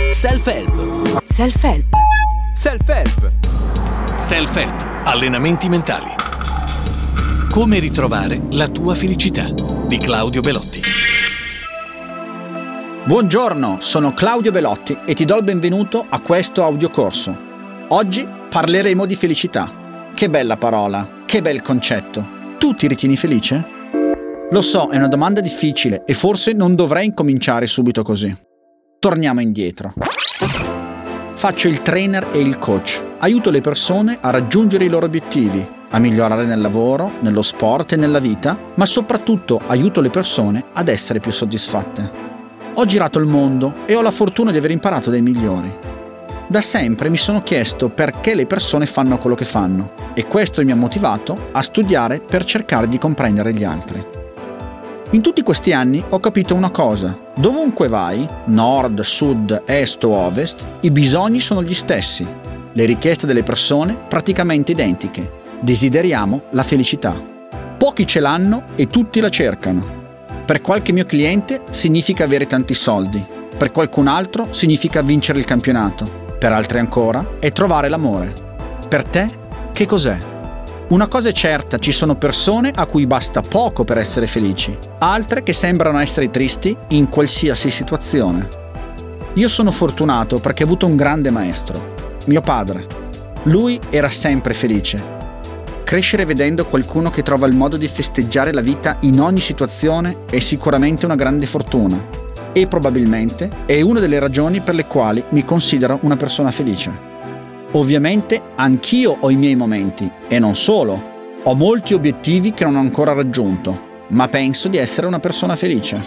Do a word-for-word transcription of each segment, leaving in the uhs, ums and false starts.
Self-help. Self-help. Self-help. Self-help. Allenamenti mentali. Come ritrovare la tua felicità di Claudio Belotti. Buongiorno, sono Claudio Belotti e ti do il benvenuto a questo audiocorso. Oggi parleremo di felicità. Che bella parola, che bel concetto. Tu ti ritieni felice? Lo so, è una domanda difficile e forse non dovrei incominciare subito così. Torniamo indietro. Faccio il trainer e il coach. Aiuto le persone a raggiungere i loro obiettivi, a migliorare nel lavoro, nello sport e nella vita, ma soprattutto aiuto le persone ad essere più soddisfatte. Ho girato il mondo e ho la fortuna di aver imparato dai migliori. Da sempre mi sono chiesto perché le persone fanno quello che fanno e questo mi ha motivato a studiare per cercare di comprendere gli altri. In tutti questi anni ho capito una cosa: dovunque vai, nord, sud, est o ovest, i bisogni sono gli stessi, le richieste delle persone praticamente identiche. Desideriamo la felicità. Pochi ce l'hanno e tutti la cercano. Per qualche mio cliente significa avere tanti soldi, per qualcun altro significa vincere il campionato, per altri ancora è trovare l'amore. Per te, che cos'è? Una cosa è certa, ci sono persone a cui basta poco per essere felici, altre che sembrano essere tristi in qualsiasi situazione. Io sono fortunato perché ho avuto un grande maestro, mio padre. Lui era sempre felice. Crescere vedendo qualcuno che trova il modo di festeggiare la vita in ogni situazione è sicuramente una grande fortuna e probabilmente è una delle ragioni per le quali mi considero una persona felice. Ovviamente anch'io ho i miei momenti e non solo. Ho molti obiettivi che non ho ancora raggiunto, ma penso di essere una persona felice.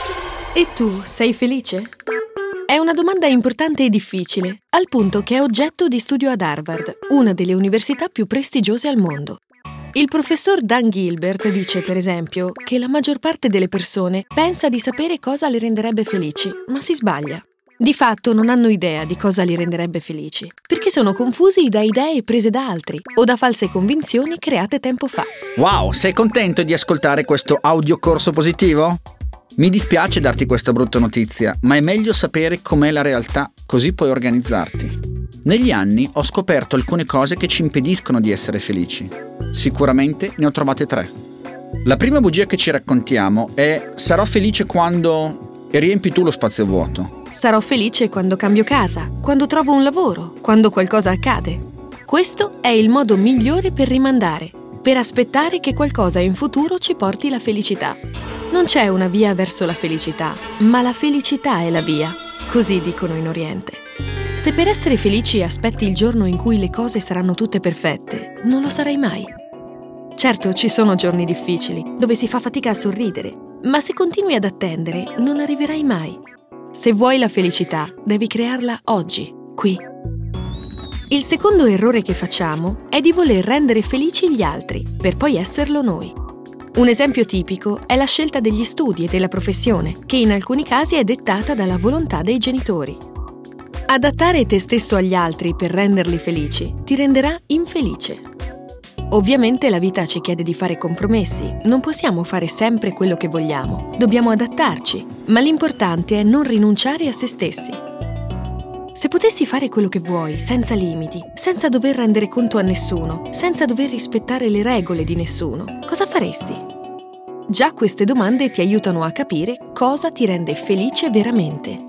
E tu sei felice? È una domanda importante e difficile, al punto che è oggetto di studio ad Harvard, una delle università più prestigiose al mondo. Il professor Dan Gilbert dice, per esempio, che la maggior parte delle persone pensa di sapere cosa le renderebbe felici, ma si sbaglia. Di fatto non hanno idea di cosa li renderebbe felici, perché sono confusi da idee prese da altri o da false convinzioni create tempo fa. Wow, sei contento di ascoltare questo audiocorso positivo? Mi dispiace darti questa brutta notizia, ma è meglio sapere com'è la realtà, così puoi organizzarti. Negli anni ho scoperto alcune cose che ci impediscono di essere felici. Sicuramente ne ho trovate tre. La prima bugia che ci raccontiamo è: sarò felice quando... e riempi tu lo spazio vuoto. Sarò felice quando cambio casa, quando trovo un lavoro, quando qualcosa accade. Questo è il modo migliore per rimandare, per aspettare che qualcosa in futuro ci porti la felicità. Non c'è una via verso la felicità, ma la felicità è la via, così dicono in Oriente. Se per essere felici aspetti il giorno in cui le cose saranno tutte perfette, non lo sarai mai. Certo, ci sono giorni difficili, dove si fa fatica a sorridere, ma se continui ad attendere, non arriverai mai. Se vuoi la felicità, devi crearla oggi, qui. Il secondo errore che facciamo è di voler rendere felici gli altri, per poi esserlo noi. Un esempio tipico è la scelta degli studi e della professione, che in alcuni casi è dettata dalla volontà dei genitori. Adattare te stesso agli altri per renderli felici ti renderà infelice. Ovviamente la vita ci chiede di fare compromessi, non possiamo fare sempre quello che vogliamo, dobbiamo adattarci, ma l'importante è non rinunciare a se stessi. Se potessi fare quello che vuoi, senza limiti, senza dover rendere conto a nessuno, senza dover rispettare le regole di nessuno, cosa faresti? Già queste domande ti aiutano a capire cosa ti rende felice veramente.